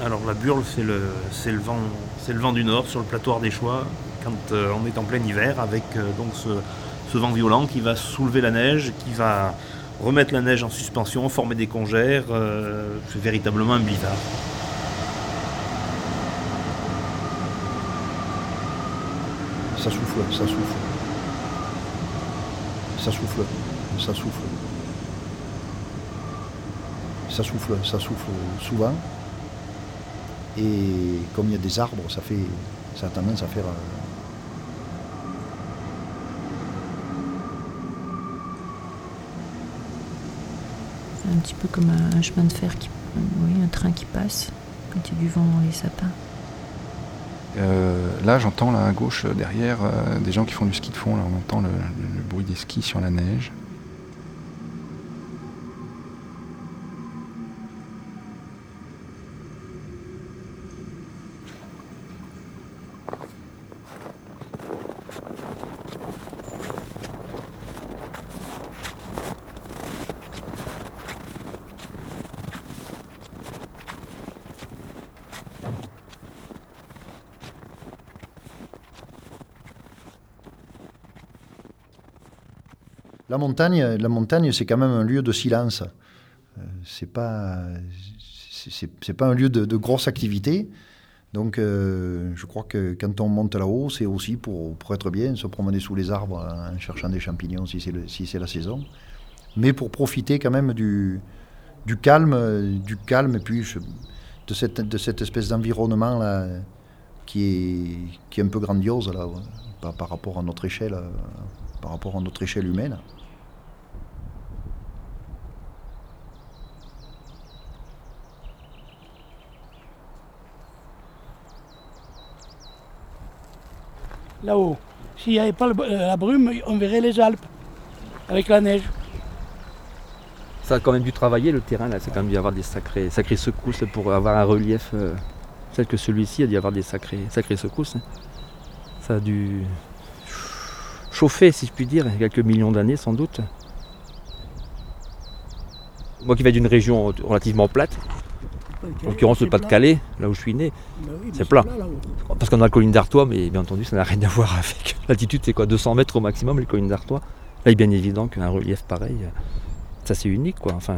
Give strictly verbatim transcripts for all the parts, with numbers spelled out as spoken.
Alors la burle, c'est le, c'est le vent, c'est le vent du nord sur le plateau ardéchois quand euh, on est en plein hiver avec euh, donc ce, ce vent violent qui va soulever la neige, qui va remettre la neige en suspension, former des congères. Euh, c'est véritablement un blizzard. Ça souffle, ça souffle. Ça souffle, ça souffle. Ça souffle, ça souffle souvent. Et comme il y a des arbres, ça fait, ça a tendance à faire. Euh... C'est un petit peu comme un chemin de fer, qui, oui, un train qui passe quand il y a du vent dans les sapins. Euh, là, j'entends là à gauche derrière euh, des gens qui font du ski de fond. Là, on entend le, le, le bruit des skis sur la neige. La montagne, la montagne, c'est quand même un lieu de silence. Euh, c'est pas, c'est, c'est pas un lieu de, de grosse activité. Donc, euh, je crois que quand on monte là-haut, c'est aussi pour, pour être bien, se promener sous les arbres en cherchant des champignons si c'est, le, si c'est la saison. Mais pour profiter quand même du, du calme, du calme et puis de cette, de cette espèce d'environnement là qui est, qui est un peu grandiose là, par, par rapport à notre échelle, par rapport à notre échelle humaine. Là-haut, s'il n'y avait pas le, la brume, on verrait les Alpes, avec la neige. Ça a quand même dû travailler le terrain, là. C'est quand même dû avoir des sacrées, sacrées secousses pour avoir un relief euh, tel que celui-ci, a dû avoir des sacrées, sacrées secousses. Hein. Ça a dû chauffer, si je puis dire, il y a quelques millions d'années sans doute. Moi qui viens d'une région relativement plate, en l'occurrence le Pas-de-Calais, là où je suis né, ben oui, c'est plat. Là, Parce qu'on a la colline d'Artois, mais bien entendu ça n'a rien à voir avec l'altitude, c'est quoi, deux cents mètres au maximum les collines d'Artois. Là il est bien évident qu'un relief pareil, ça c'est unique quoi. Enfin.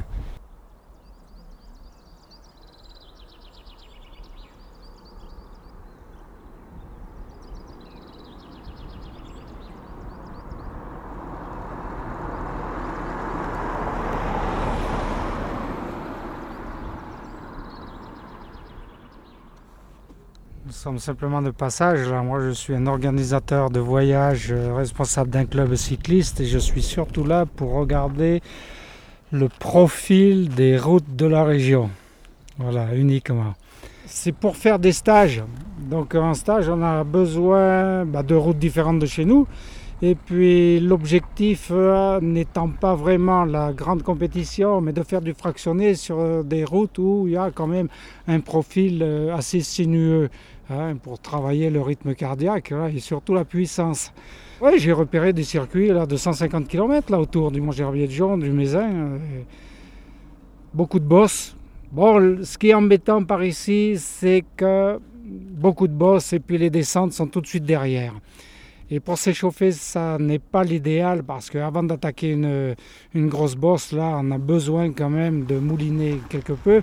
Nous sommes simplement de passage. Là. Moi, je suis un organisateur de voyage, euh, responsable d'un club cycliste, et je suis surtout là pour regarder le profil des routes de la région. Voilà, uniquement. C'est pour faire des stages. Donc, en stage, on a besoin bah, de routes différentes de chez nous. Et puis, l'objectif euh, n'étant pas vraiment la grande compétition, mais de faire du fractionné sur des routes où il y a quand même un profil euh, assez sinueux. Hein, pour travailler le rythme cardiaque hein, et surtout la puissance. Ouais, j'ai repéré des circuits là, de cent cinquante kilomètres là, autour du Mont-Gerbier-de-Jonc, du Mézin. Euh, beaucoup de bosses. Bon, ce qui est embêtant par ici, c'est que beaucoup de bosses et puis les descentes sont tout de suite derrière. Et pour s'échauffer, ça n'est pas l'idéal parce qu'avant d'attaquer une, une grosse bosse, là, on a besoin quand même de mouliner quelque peu.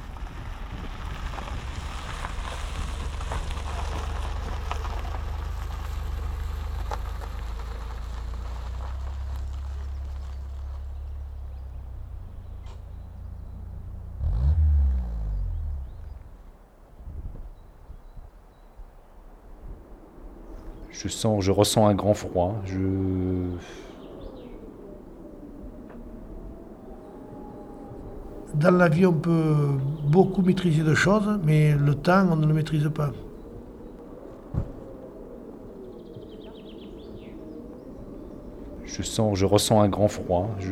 Je sens, je ressens un grand froid. Je... Dans la vie, on peut beaucoup maîtriser de choses, mais le temps, on ne le maîtrise pas. Je sens, je ressens un grand froid. Je...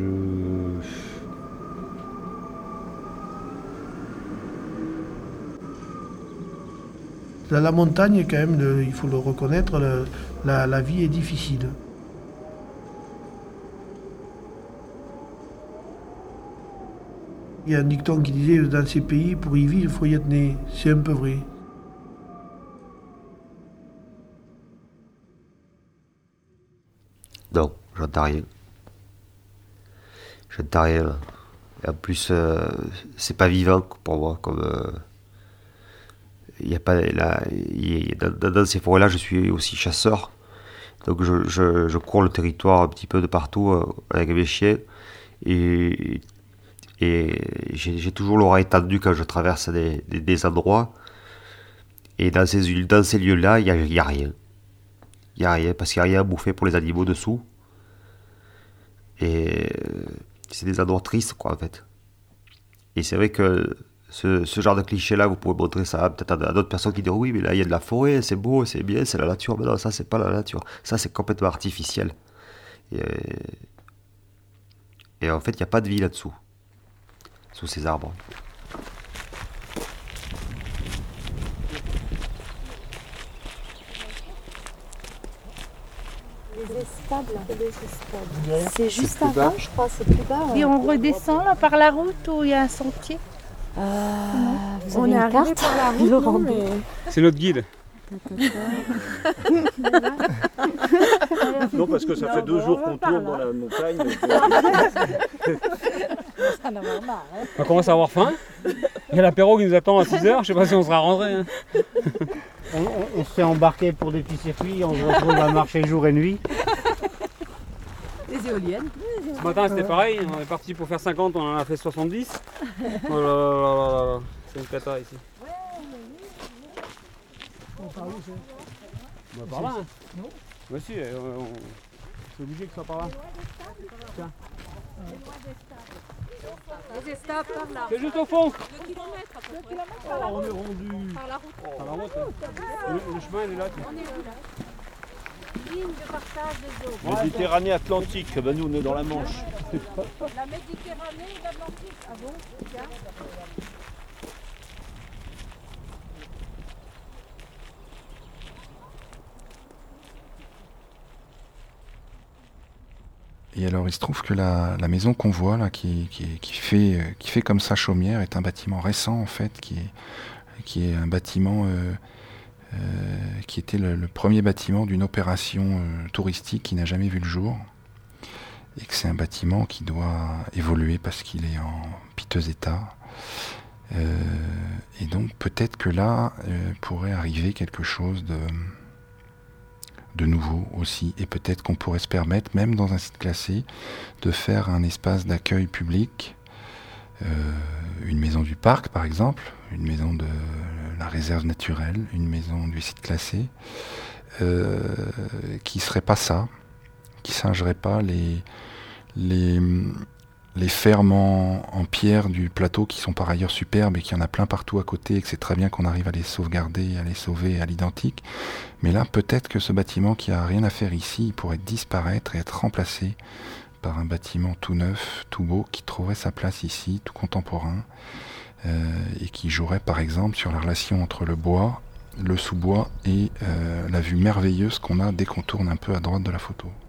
Dans la montagne, quand même, le, il faut le reconnaître, le, la, la vie est difficile. Il y a un dicton qui disait dans ces pays, pour y vivre, il faut y être né. C'est un peu vrai. Non, j'entends rien. J'entends rien. Et en plus, euh, c'est pas vivant pour moi. Comme il euh, y a pas là, y a, dans, dans ces forêts-là, je suis aussi chasseur. Donc je, je, je cours le territoire un petit peu de partout euh, avec mes chiens. Et, et j'ai, j'ai toujours l'oreille tendue quand je traverse des, des, des endroits. Et dans ces, dans ces lieux-là, il n'y a, y a rien. Il n'y a rien, parce qu'il n'y a rien à bouffer pour les animaux dessous. Et c'est des endroits tristes, quoi, en fait. Et c'est vrai que ce, ce genre de cliché-là, vous pouvez montrer ça peut-être à, à d'autres personnes qui disent oui, mais là, il y a de la forêt, c'est beau, c'est bien, c'est la nature. Mais non, ça, c'est pas la nature. Ça, c'est complètement artificiel. Et, et en fait, il n'y a pas de vie là-dessous, sous ces arbres. Les estables. C'est juste avant, je crois, c'est plus bas. Et on redescend là par la route où il y a un sentier. Euh, vous on avez est une arrivé carte par la route, non, mais... C'est notre guide. Non, parce que ça fait deux jours qu'on tourne dans la montagne. On commence à avoir faim. Il y a l'apéro qui nous attend à six heures, je sais pas si on sera rentré. Hein. On, on, on se fait embarquer pour des petits circuits, on se retrouve à marcher jour et nuit. Les éoliennes. Ce matin c'était pareil, on est parti pour faire cinquante, on en a fait soixante-dix. Oh là là là là là, c'est une cata ici. On part où c'est ? On va par là. Hein. Non. Bah si, on... c'est obligé que ce soit par là. Tiens. Les estables par là. C'est juste au fond. deux kilomètres à peu près. Oh, on est rendu. Par la route. Par la route. Hein. Le, le chemin il est là. Tu... On est où là ? Ligne de partage des eaux. Méditerranée Atlantique, ben nous on est dans la Manche. La Méditerranée et l'Atlantique. Ah bon ? Regarde. Et alors il se trouve que la, la maison qu'on voit là, qui, qui, qui, fait, qui fait comme ça chaumière, est un bâtiment récent en fait, qui est, qui est un bâtiment euh, euh, qui était le, le premier bâtiment d'une opération euh, touristique qui n'a jamais vu le jour. Et que c'est un bâtiment qui doit évoluer parce qu'il est en piteux état. Euh, et donc peut-être que là euh, pourrait arriver quelque chose de... de nouveau aussi, et peut-être qu'on pourrait se permettre, même dans un site classé, de faire un espace d'accueil public, euh, une maison du parc par exemple, une maison de la réserve naturelle, une maison du site classé, euh, qui serait pas ça, qui singerait pas les, les, les fermes en, en pierre du plateau qui sont par ailleurs superbes et qu'il y en a plein partout à côté et que c'est très bien qu'on arrive à les sauvegarder, à les sauver à l'identique. Mais là, peut-être que ce bâtiment qui a rien à faire ici, il pourrait disparaître et être remplacé par un bâtiment tout neuf, tout beau, qui trouverait sa place ici, tout contemporain, euh, et qui jouerait par exemple sur la relation entre le bois, le sous-bois et euh, la vue merveilleuse qu'on a dès qu'on tourne un peu à droite de la photo.